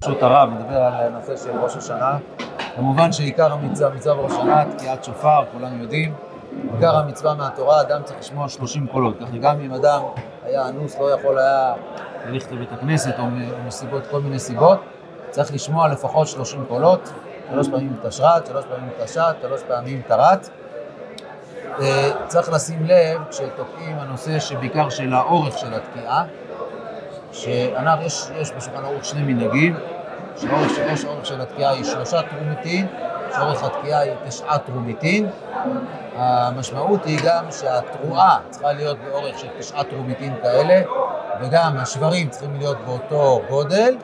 פשוט הרב מדבר על נושא של ראש השנה. כמובן שעיקר המצווה בראש השנה, תקיעת שופר, כולם יודעים. עיקר המצווה מהתורה, אדם צריך לשמוע 30 קולות. ככה גם אם אדם היה אנוס, לא יכול היה ללכת לבית הכנסת או מסיבות, כל מיני סיבות, צריך לשמוע לפחות 30 קולות, 3 פעמים תשרת, 3 פעמים תשת, 3 פעמים תרת. צריך לשים לב כשתוקעים הנושא שבעיקר של האורך של התקיעה, יש בשולחן ערוך שני מנהגים, שאורך של התקיעה היא 3 טרומיטין, שאורך התקיעה היא 9 טרומיטין. המשמעות היא גם שהתרועה צריכה להיות באורך של 9 טרומיטין כאלה, וגם השברים צריכים להיות באותו גודל,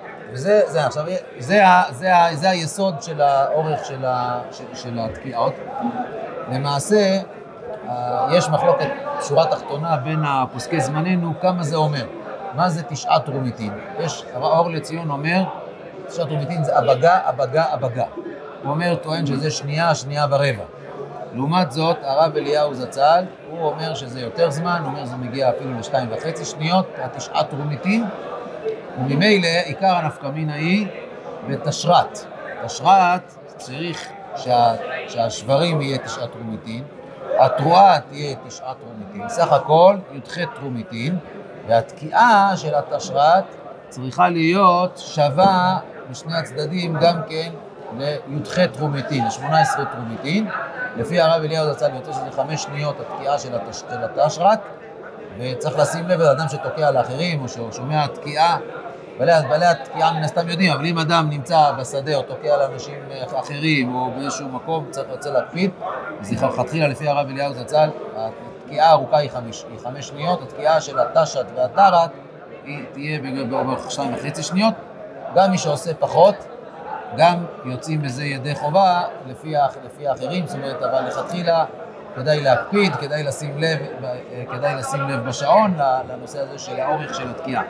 זה היסוד של האורך של התקיעות. למעשה, יש מחלוקת שורה תחתונה בין הפוסקי זמננו, כמה זה אומר. מה זה 9 טרומיטין? האור לציון אומר, 9 טרומיטין זה אבגה. הוא אומר, טוען שזה שנייה ורבע. לעומת זאת, הרב אליהו זצ"ל, הוא אומר שזה יותר זמן, הוא אומר שזה מגיע אפילו ל2.5 שניות, 9 טרומיטין, וממילא עיקר הנפקמינה היא בתשרת. תשרת צריך שהשברים יהיה 9 טרומיטין, התרועה תהיה 9 טרומיטין, סך הכל י"ח טרומיטין, והתקיעה של התשרת צריכה להיות שווה משני הצדדים גם כן לי"ח טרומיטין, ל18 טרומיטין. לפי הרב אליהו זצ"ל יוצא שזה 5 שניות התקיעה של התשרת, וצריך לשים לב לאדם שתוקע לאחרים או ששומע תקיעה, בעלי התקיעה מן הסתם יודעים, אבל אם אדם נמצא בשדה או תוקע לאנשים אחרים או באיזשהו מקום, צריך רוצה להקפיד. אז לכתחילה לפי הרב אליהו זצ"ל, התקיעה הארוכה היא 5 שניות, התקיעה של התשת והתרת היא תהיה באורך 2.5 שניות. גם מי שעושה פחות, גם יוצאים בזה ידי חובה לפי האחרים, זאת אומרת, אבל לכתחילה כדאי להקפיד, כדאי לשים לב בשעון לנושא הזה של האורך של התקיעה.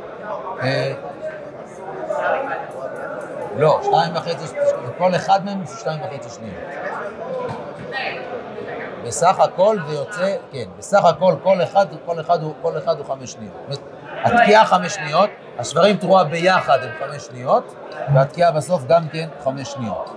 לא, 2.5, כל אחד מהם הוא 2.5 שניות. בסך הכל זה יוצא, כן, בסך הכל כל אחד הוא 5 שניות. התקיעה 5 שניות, השברים תרועה ביחד הם 5 שניות, והתקיעה בסוף גם כן 5 שניות.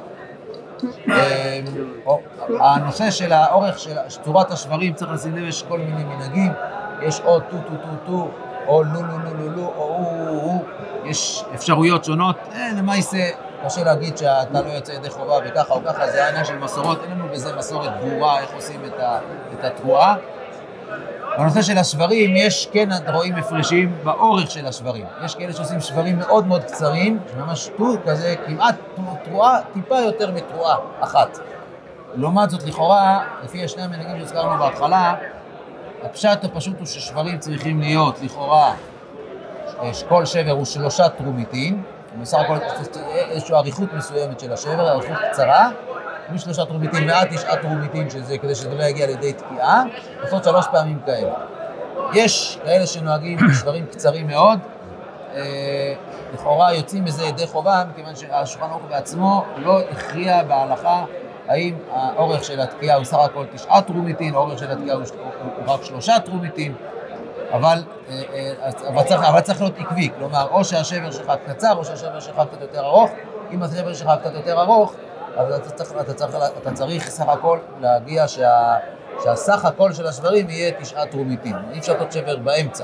הנושא של האורך של צורת השברים צריך לשים לב, יש כל מיני מנהגים, יש או טו, או לו, או יש אפשרויות שונות. למעשה קשה להגיד שאתה לא יוצא ידי חובה וככה או ככה, זה העניין של מסורות, אין לנו בזה מסורת ברורה איך עושים את התרועה. בנושא של השברים יש, כן רואים הפרשים באורך של השברים. יש כאלה שעושים שברים מאוד מאוד קצרים, ממש טור כזה, כמעט תרועה טיפה יותר מתרועה אחת. לעומת זאת לכאורה, לפי שני המנהגים שהזכרנו בהתחלה, הפשט הפשוט הוא ששברים צריכים להיות לכאורה, כל שבר הוא 3 טרומיטין, בסך הכל איזושהי עריכות מסוימת של השבר, עריכות קצרה, מ3 טרומיטין ועד 9 טרומיטין, שזה כדי שזה לא יגיע לידי תקיעה, לעשות 3 פעמים כאלה. יש כאלה שנוהגים שברים קצרים מאוד, לכאורה יוצאים מזה ידי חובה, מכיוון שהשולחן ערוך בעצמו לא הכריע בהלכה האם האורך של התקיעה הוא סך הכל 9 טרומיטין, האורך של התקיעה הוא רק 3 טרומיטין, אבל צריך להיות עקבי, כלומר, או שהשבר שלך קצר, או שהשבר שלך קצת יותר ארוך. אם השבר שלך קצת יותר ארוך, אז אתה צריך סך הכל להגיע שהסך הכל של השברים יהיה 9 טרומיטין. אי אפשר לעשות שבר באמצע.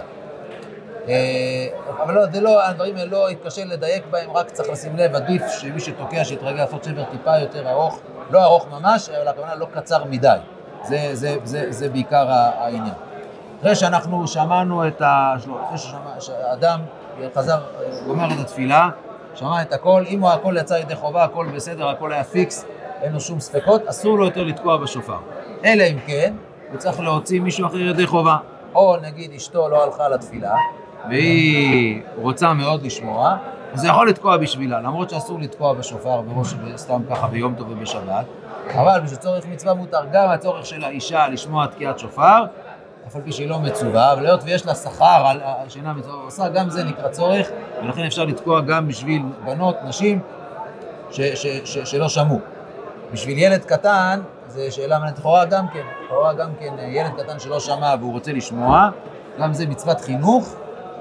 אבל הדברים האלה לא יתקשה לדייק בהם, רק צריך לשים לב, עדיף שמי שתוקע שיתרגל לעשות שבר טיפה יותר ארוך, לא ארוך ממש, אבל הכוונה לא קצר מדי. זה בעיקר העניין. אחרי שאנחנו שמענו אחרי שהאדם חזר, גומר את התפילה, שמע את הכל, אם הוא הכל יצא ידי חובה, הכל בסדר, הכל היה פיקס, אין לו שום ספקות, אסור לו יותר לתקוע בשופר. אלא אם כן, הוא צריך להוציא מישהו אחר ידי חובה. או נגיד אשתו לא הלכה לתפילה, והיא רוצה מאוד לשמוע, אז הוא יכול לתקוע בשבילה, למרות שאסור לתקוע בשופר בראש סתם ככה ביום טוב ובשבת, אבל בשביל צורך מצווה מותר גם הצורך של האישה לשמוע תקיעת שופר, אף על פי שהיא לא מצווה, אבל היות ויש לה שכר על שאינה מצווה עושה, גם זה נקרא צורך, ולכן אפשר לתקוע גם בשביל בנות, נשים שלא שמעו. בשביל ילד קטן, זה שאלה מעניינת, לכאורה גם כן ילד קטן שלא שמע והוא רוצה לשמוע, גם זה מצוות חינוך,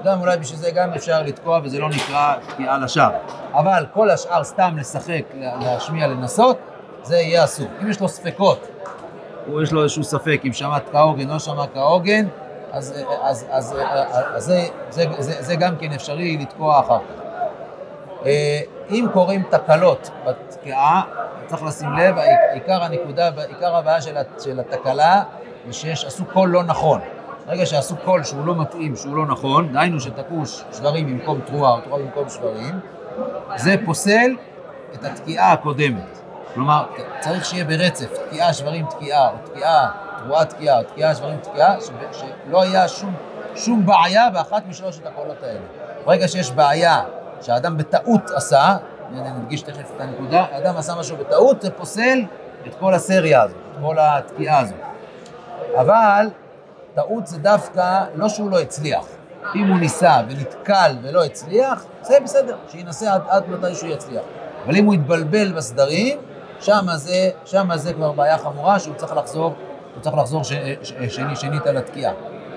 גם אולי בשביל זה גם אפשר לתקוע וזה לא נקרא תקיעה לשער. אבל כל השאר סתם לשחק, להשמיע, לנסות, זה יהיה אסור. אם יש לו ספקות, או יש לו איזשהו ספק אם שמע כהוגן או שמע כהוגן, אז זה גם כן אפשרי לתקוע אחר כך. אם קוראים תקלות בתקיעה, צריך לשים לב, עיקר הבעיה של התקלה זה שעשו קול לא נכון. ברגע שעשו קול שהוא לא מתאים, שהוא לא נכון, דהיינו שתקעו שברים במקום תרועה או תרועה במקום שברים, זה פוסל את התקיעה הקודמת. כלומר, צריך שיהיה ברצף, תקיעה, שברים, תקיעה, או תקיעה, תרועה, תקיעה, או תקיעה, שברים, תקיעה, שלא היה שום בעיה באחת משלושת הקולות האלה. ברגע שיש בעיה שהאדם בטעות עשה, נדגיש תכף את הנקודה, האדם עשה משהו בטעות, זה פוסל את כל הסריה הזאת, את כל התקיעה הזאת. אבל טעות זה דווקא לא שהוא לא הצליח. אם הוא ניסה ונתקל ולא הצליח, זה בסדר, שינסה עד מתי שהוא יצליח. אבל אם הוא יתבלבל בסדרים, שם זה כבר בעיה חמורה שהוא צריך לחזור שנית על התקיעה.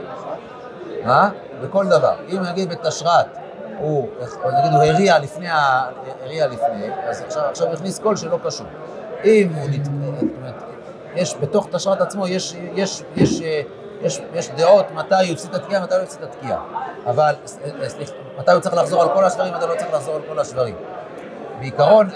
בכל דבר. אם נגיד בתשרת, הוא הריע לפני, אז עכשיו הכניס קול שלא קשור. אם הוא יש בתוך תשרת עצמו, יש דעות מתי הוא יפסיד את התקיעה, מתי הוא יפסיד את התקיעה. אבל מתי הוא צריך לחזור על כל השברים, מתי לא צריך לחזור על כל השברים. בעיקרון,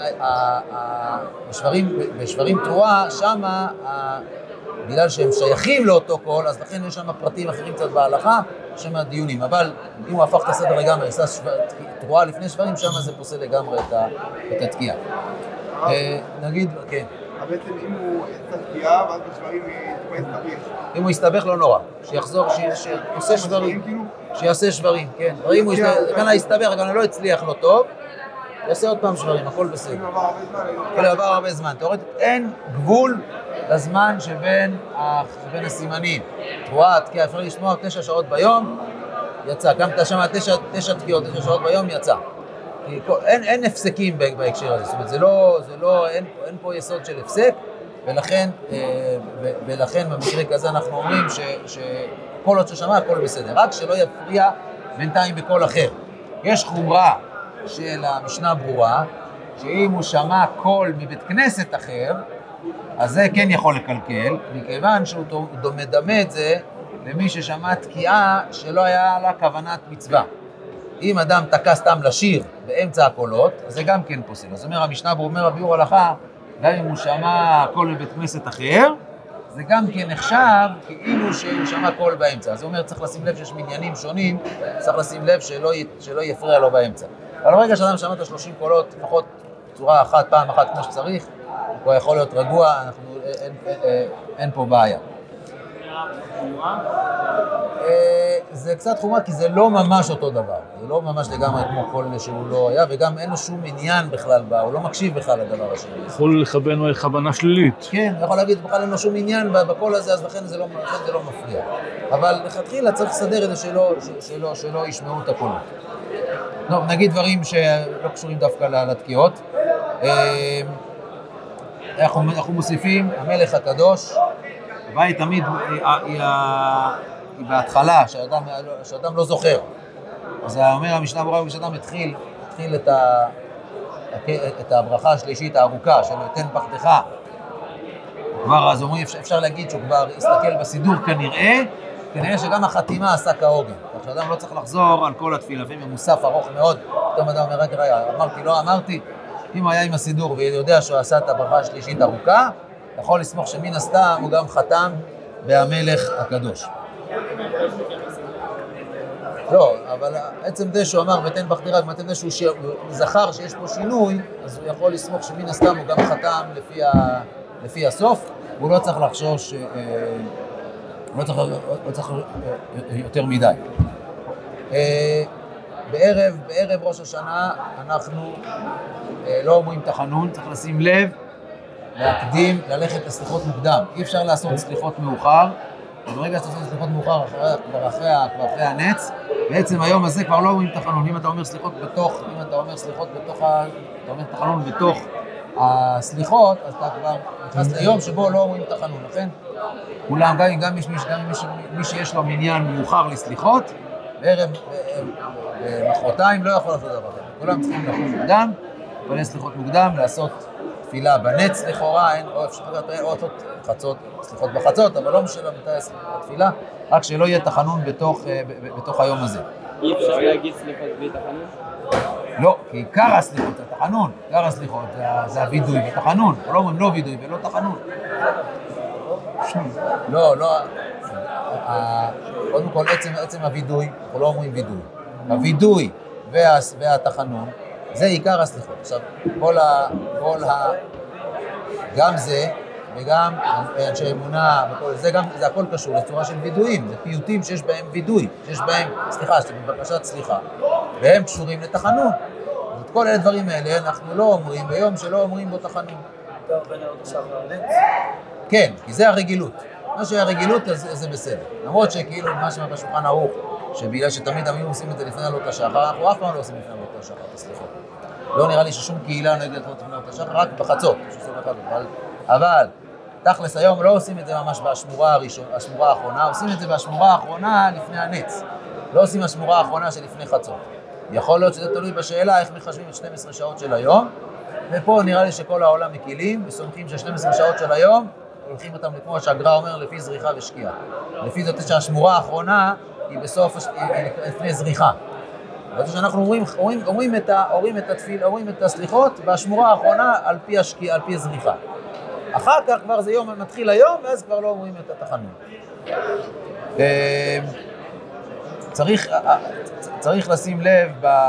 בשברים תרועה, שמה, בגלל שהם שייכים לאותו קול, אז לכן יש שם פרטים אחרים קצת בהלכה, שם הדיונים. אבל אם הוא הפך את הסדר לגמרי, עשה תרועה לפני שברים, שם זה פוסל לגמרי את התקיעה. נגיד, כן. בעצם אם הוא יצא תקיעה, ואז בשברים הוא יסתבך. אם הוא יסתבך לא נורא, שיחזור, שיעשה שברים, שיעשה שברים, כן. אם הוא יסתבך, גם לא הצליח לו טוב, יעשה עוד פעם שברים, הכל בסדר. כאילו עבר הרבה זמן. תיאורטית, אין גבול לזמן שבין הסימנים. תרועה, תקיעה, אפשר לשמוע 9 שעות ביום, יצא. גם אתה שמע 9 תקיעות, 9 שעות ביום, יצא. אין הפסקים בהקשר הזה, זאת אומרת, אין פה יסוד של הפסק, ולכן במקרה כזה אנחנו אומרים שכל עוד ששמע, הכל בסדר, רק שלא יפריע בינתיים בכל אחר. יש חומרה של המשנה ברורה, שאם הוא שמע קול מבית כנסת אחר, אז זה כן יכול לקלקל, מכיוון שהוא מדמה את זה למי ששמע תקיעה שלא היה לה כוונת מצווה. אם אדם תקע סתם לשיר באמצע הקולות, אז זה גם כן פוסל. אז אומר המשנה ברורה, אומר הביאור הלכה, גם אם הוא שמע קול מבית כנסת אחר, זה גם כן נחשב כאילו שהוא שמע קול באמצע. אז הוא אומר, צריך לשים לב שיש מניינים שונים, צריך לשים לב שלא יפריע לו באמצע. אבל ברגע שאדם שמע את 30 קולות, לפחות בצורה אחת, פעם אחת כמו שצריך, הוא יכול להיות רגוע, אין פה בעיה. זה קצת חומה, כי זה לא ממש אותו דבר. זה לא ממש לגמרי כמו קול שהוא לא היה, וגם אין לו שום עניין בכלל בה, הוא לא מקשיב בכלל לדבר השני. יכול לכוון כוונה שלילית. כן, יכול להגיד בכלל אין לו שום עניין בקול הזה, אז לכן זה לא מפריע. אבל לכתחילה צריך לסדר את זה שלא ישמעו את הקולות. טוב, נגיד דברים שלא קשורים דווקא לתקיעות. אנחנו מוסיפים, המלך הקדוש, הבית תמיד היא בהתחלה, שאדם לא זוכר. אז אומר המשנה ברורה, כשאדם התחיל את הברכה השלישית הארוכה של תן פחתך, כבר אז אומרים, אפשר להגיד שהוא כבר הסתכל בסידור כנראה שגם החתימה עשה כהוגן. כשאדם לא צריך לחזור על כל התפילה, לפעמים מוסף ארוך מאוד, פתאום אדם אומר, רגע, אמרתי, לא אמרתי, אם הוא היה עם הסידור ויודע שהוא עשה את הברכה השלישית ארוכה, יכול לסמוך שמן הסתם הוא גם חתם בהמלך הקדוש. לא, אבל עצם זה שהוא אמר ותן פחתך, עצם זה שהוא זכר שיש פה שינוי, אז הוא יכול לסמוך שמן הסתם הוא גם חתם לפי הסוף, הוא לא צריך לחשוש, לא צריך יותר מדי. בערב ראש השנה אנחנו לא אומרים תחנון, צריך לשים לב, להקדים, ללכת לסליחות מוקדם. אי אפשר לעשות סליחות מאוחר, וברגע שאתה עושה סליחות מאוחר כבר אחרי הנץ, בעצם היום הזה כבר לא אומרים תחנון. אם אתה אומר סליחות בתוך, תחנון בתוך הסליחות, אז אתה כבר נכנס ליום שבו לא אומרים תחנון. לכן, כולם, גם מי שיש לו מניין מאוחר לסליחות, בערב, מחרתיים לא יכול לעשות דבר כזה. כולם צריכים לקום מוקדם, להתפלל סליחות מוקדם, לעשות תפילה בנץ לכאורה, או אפשר לעשות חצות, סליחות בחצות, אבל לא משנה מתי התפילה, רק שלא יהיה תחנון בתוך היום הזה. אי אפשר להגיד סליחות בלי תחנון? לא, כי עיקר הסליחות זה תחנון, עיקר הסליחות זה הווידוי ותחנון, לא אומרים לא וידוי ולא תחנון. לא, קודם כל עצם הווידוי, אנחנו לא אומרים וידוי. הווידוי והתחנון זה עיקר הסליחות. עכשיו, גם זה וגם אנשי אמונה וכל זה, זה הכל קשור לצורה של וידויים, זה פיוטים שיש בהם וידוי, שיש בהם, בקשת סליחה, והם קשורים לתחנון. אז את כל אלה דברים האלה אנחנו לא אומרים ביום שלא אומרים בו תחנון. טוב, בין עוד עכשיו לנץ? כן, כי זה הרגילות. מה שהיה רגילות זה בסדר. למרות שכאילו מה שאומר בשולחן ערוך, שבגלל שתמיד היו עושים את זה לפני עלות השחר, אנחנו אף פעם לא עושים לפני עלות השחר, סליחות. לא נראה לי ששום קהילה נגד לפני עלות השחר, רק בחצות. אבל תכלס היום לא עושים את זה ממש בשמורה האחרונה, עושים את זה בשמורה האחרונה לפני הנץ. לא עושים השמורה האחרונה שלפני חצות. יכול להיות שזה תלוי בשאלה איך מחשבים את 12 שעות של היום, ופה נראה לי שכל העולם מקילים וסומכים ש12 שעות של היום הולכים אותם כמו שהגר"א אומר לפי זריחה ושקיעה. לפי זאת שהשמורה האחרונה היא בסוף לפני זריחה. זאת שאנחנו אומרים את הסליחות והשמורה האחרונה על פי השקיעה, על פי זריחה. אחר כך כבר זה יום מתחיל היום ואז כבר לא אומרים את התחנון. צריך לשים לב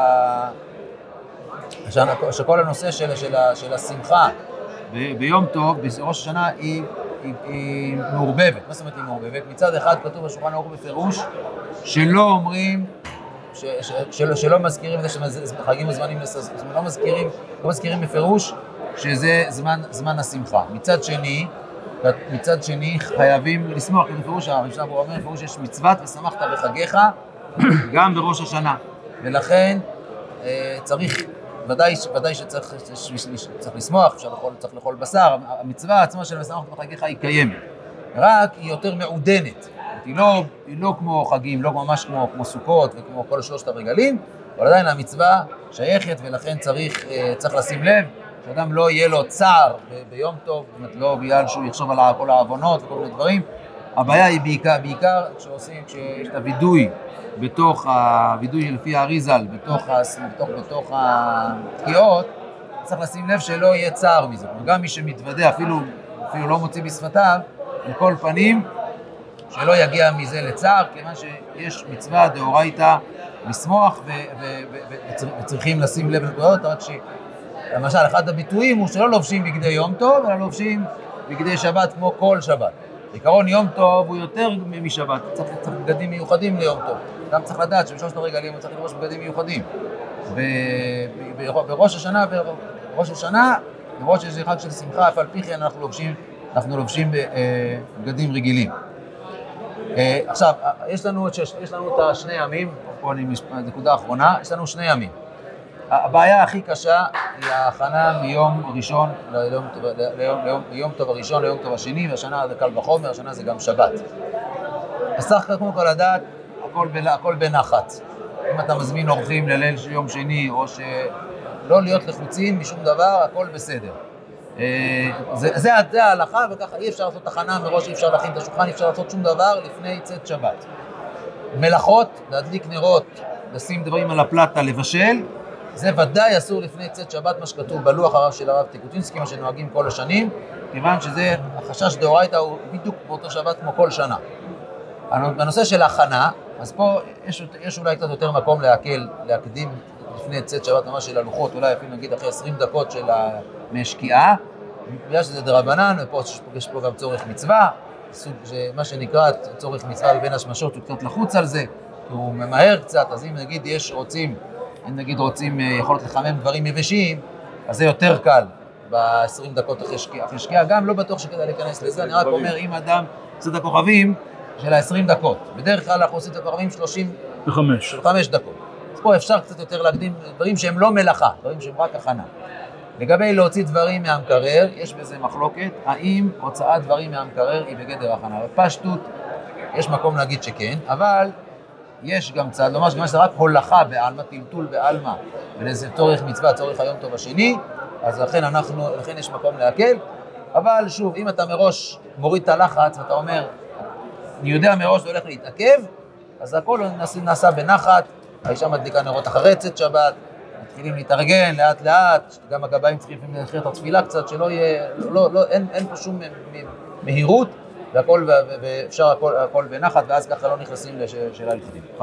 שכל הנושא של השמחה ביום טוב, בראש השנה היא מעורבבת. מה זאת אומרת היא מעורבבת? מצד אחד כתוב בשולחן ערוך בפירוש שלא אומרים, שלא מזכירים את זה שחגים וזמנים, לא מזכירים בפירוש שזה זמן השמחה. מצד שני חייבים לשמוח, כי בפירוש המשנה ברורה אומר, בפירוש יש מצוות ושמחת בחגיך גם בראש השנה. ולכן צריך, ודאי שצריך לשמוח, צריך לאכול בשר, המצווה עצמה של ושמחת בחגיך היא קיימת. רק היא יותר מעודנת. היא לא כמו חגים, לא ממש כמו סוכות וכמו כל שלושת הרגלים, אבל עדיין המצווה שייכת ולכן צריך לשים לב שאדם לא יהיה לו צער ביום טוב, זאת אומרת לא בגלל שהוא יחשוב על כל העוונות וכל מיני דברים. הבעיה היא בעיקר כשיש את הווידוי הווידוי לפי האריזל, בתוך התקיעות, צריך לשים לב שלא יהיה צער מזה. גם מי שמתוודע, אפילו לא מוציא בשפתיו, בכל פנים, שלא יגיע מזה לצער, כיוון שיש מצווה דאורייתא לשמוח וצריכים לשים לב לנקודות, רק למשל, אחד הביטויים הוא שלא לובשים בגדי יום טוב, אלא לובשים בגדי שבת כמו כל שבת. בעיקרון יום טוב הוא יותר משבת, צריך בגדים מיוחדים ליום טוב. גם צריך לדעת שבשלושת הרגלים הוא צריך ללבוש בגדים מיוחדים. בראש השנה, למרות שזה חג של שמחה, אף על פי כן אנחנו לובשים בגדים רגילים. עכשיו, יש לנו את השני ימים, פה אני נקודה אחרונה, יש לנו שני ימים. הבעיה הכי קשה היא ההכנה מיום ראשון ליום טוב הראשון ליום טוב השני, והשנה זה קל וחומר, השנה זה גם שבת. אז צריך כמו כל לדעת, הכל בנחת. אם אתה מזמין אורחים לליל יום שני, או שלא להיות לחוצים משום דבר, הכל בסדר. זה ההלכה, וככה אי אפשר לעשות הכנה מראש, אי אפשר להכין את השולחן, אי אפשר לעשות שום דבר לפני צאת שבת. מלאכות, להדליק נרות, לשים דברים על הפלטה, לבשל, זה ודאי אסור לפני צאת שבת, מה שכתוב בלוח הרב של הרב טיקוטינסקי, מה שנוהגים כל השנים, כיוון שזה החשש דאורייתא הוא בדיוק באותו שבת כמו כל שנה. בנושא של ההכנה, אז פה יש אולי קצת יותר מקום להקדים לפני צאת שבת ממש של הלוחות, אולי אפילו נגיד אחרי 20 דקות של המשקיעה, בגלל שזה דרבנן, ופה יש פה גם צורך מצווה, מה שנקרא צורך מצווה בבין השמשות, הוא קצת לחוץ על זה, הוא ממהר קצת, אז אם נגיד רוצים יכולות לחמם דברים יבשים, אז זה יותר קל ב-20 דקות אחרי שקיעה, גם לא בטוח שכדאי להיכנס לזה, אני רק אומר, אם אדם עושה את הכוכבים של ה-20 דקות, בדרך כלל אנחנו עושים את הכוכבים 35 דקות, אז פה אפשר קצת יותר להקדים דברים שהם לא מלאכה, דברים שהם רק הכנה. לגבי להוציא דברים מהמקרר, יש בזה מחלוקת, האם הוצאת דברים מהמקרר היא בגדר הכנה. בפשטות יש מקום להגיד שכן, אבל יש גם צד, לומר שגם שזה רק הולכה בעלמא, טלטול בעלמא, ולזה צורך מצווה, צורך היום טוב השני, אז לכן יש מקום להקל, אבל שוב, אם אתה מראש מוריד את הלחץ ואתה אומר, אני יודע מראש זה הולך להתעכב, אז הכל נעשה בנחת, האישה מדליקה נרות אחרי צאת שבת, מתחילים להתארגן לאט לאט, גם הגבאים צריכים להכיר את התפילה קצת, שלא יהיה, אין פה שום מהירות, ואפשר הכל בנחת, ואז ככה לא נכנסים לשאלה הלכתית.